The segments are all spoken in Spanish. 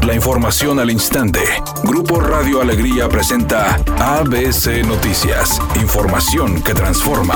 La información al instante. Grupo Radio Alegría presenta ABC Noticias. Información que transforma.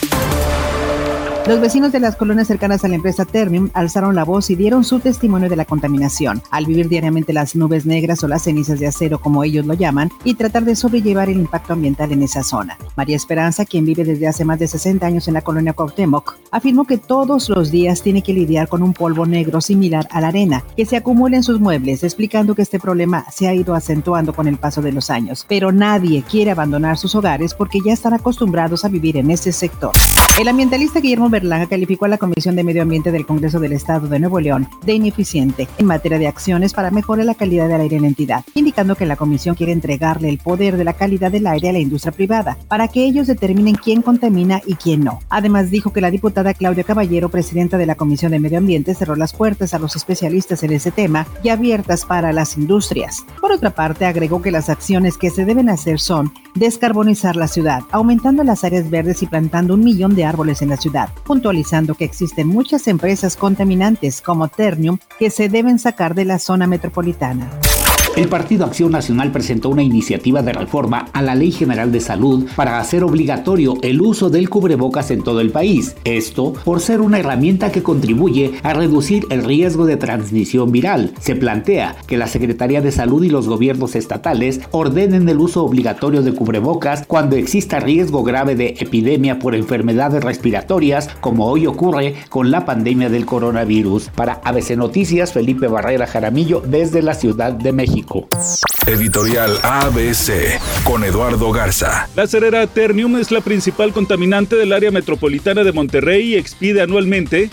Los vecinos de las colonias cercanas a la empresa Ternium alzaron la voz y dieron su testimonio de la contaminación, al vivir diariamente las nubes negras o las cenizas de acero, como ellos lo llaman, y tratar de sobrellevar el impacto ambiental en esa zona. María Esperanza, quien vive desde hace más de 60 años en la colonia Cuauhtémoc, afirmó que todos los días tiene que lidiar con un polvo negro similar a la arena que se acumula en sus muebles, explicando que este problema se ha ido acentuando con el paso de los años, pero nadie quiere abandonar sus hogares porque ya están acostumbrados a vivir en ese sector. El ambientalista Guillermo Berlanga calificó a la Comisión de Medio Ambiente del Congreso del Estado de Nuevo León de ineficiente en materia de acciones para mejorar la calidad del aire en la entidad, indicando que la comisión quiere entregarle el poder de la calidad del aire a la industria privada para que ellos determinen quién contamina y quién no. Además, dijo que la diputada Claudia Caballero, presidenta de la Comisión de Medio Ambiente, cerró las puertas a los especialistas en ese tema y abiertas para las industrias. Por otra parte, agregó que las acciones que se deben hacer son descarbonizar la ciudad, aumentando las áreas verdes y plantando 1 millón de árboles en la ciudad, puntualizando que existen muchas empresas contaminantes como Ternium que se deben sacar de la zona metropolitana. El Partido Acción Nacional presentó una iniciativa de reforma a la Ley General de Salud para hacer obligatorio el uso del cubrebocas en todo el país. Esto por ser una herramienta que contribuye a reducir el riesgo de transmisión viral. Se plantea que la Secretaría de Salud y los gobiernos estatales ordenen el uso obligatorio de cubrebocas cuando exista riesgo grave de epidemia por enfermedades respiratorias, como hoy ocurre con la pandemia del coronavirus. Para ABC Noticias, Felipe Barrera Jaramillo, desde la Ciudad de México. Editorial ABC con Eduardo Garza. La cerera Ternium es la principal contaminante del área metropolitana de Monterrey y expide anualmente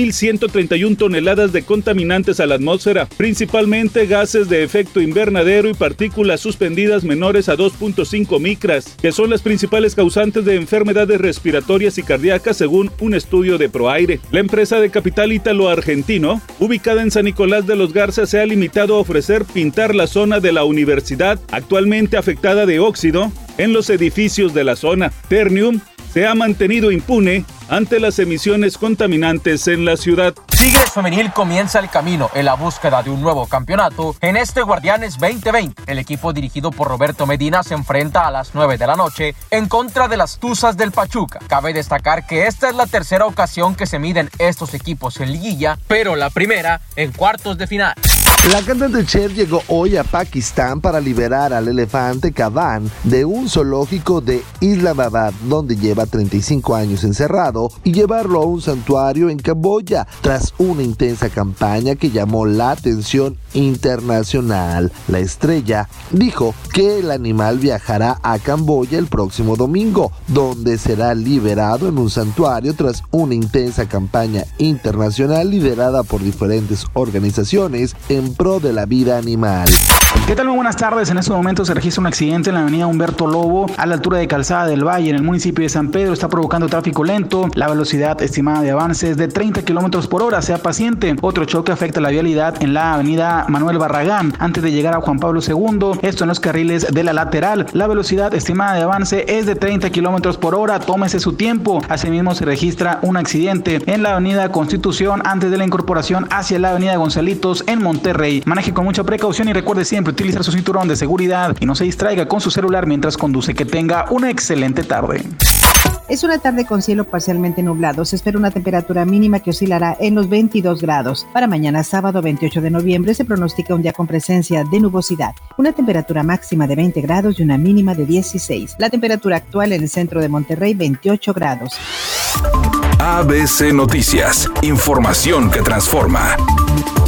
1.131 toneladas de contaminantes a la atmósfera, principalmente gases de efecto invernadero y partículas suspendidas menores a 2.5 micras, que son las principales causantes de enfermedades respiratorias y cardíacas según un estudio de Proaire. La empresa de capital ítalo-argentino, ubicada en San Nicolás de los Garza, se ha limitado a ofrecer pintar la zona de la universidad, actualmente afectada de óxido, en los edificios de la zona. Ternium se ha mantenido impune ante las emisiones contaminantes en la ciudad. Tigres Femenil comienza el camino en la búsqueda de un nuevo campeonato en este Guardianes 2020. El equipo dirigido por Roberto Medina se enfrenta a las 9 de la noche en contra de las Tuzas del Pachuca. Cabe destacar que esta es la tercera ocasión que se miden estos equipos en liguilla, pero la primera en cuartos de final. La cantante Cher llegó hoy a Pakistán para liberar al elefante Kaban de un zoológico de Islamabad, donde lleva 35 años encerrado, y llevarlo a un santuario en Camboya, tras una intensa campaña que llamó la atención internacional. La estrella dijo que el animal viajará a Camboya el próximo domingo, donde será liberado en un santuario tras una intensa campaña internacional liderada por diferentes organizaciones en pro de la vida animal. ¿Qué tal? Muy buenas tardes. En este momento se registra un accidente en la avenida Humberto Lobo a la altura de Calzada del Valle en el municipio de San Pedro. Está provocando tráfico lento. La velocidad estimada de avance es de 30 kilómetros por hora. Sea paciente. Otro choque afecta la vialidad en la avenida Manuel Barragán antes de llegar a Juan Pablo II. Esto en los carriles de la lateral. La velocidad estimada de avance es de 30 kilómetros por hora. Tómese su tiempo. Asimismo se registra un accidente en la avenida Constitución antes de la incorporación hacia la avenida Gonzalitos en Monterrey. Maneje con mucha precaución y recuerde siempre utilizar su cinturón de seguridad y no se distraiga con su celular mientras conduce. Que tenga una excelente tarde. Es una tarde con cielo parcialmente nublado. Se espera una temperatura mínima que oscilará en los 22 grados. Para mañana sábado 28 de noviembre se pronostica un día con presencia de nubosidad. Una temperatura máxima de 20 grados y una mínima de 16. La temperatura actual en el centro de Monterrey 28 grados. ABC Noticias. Información que transforma.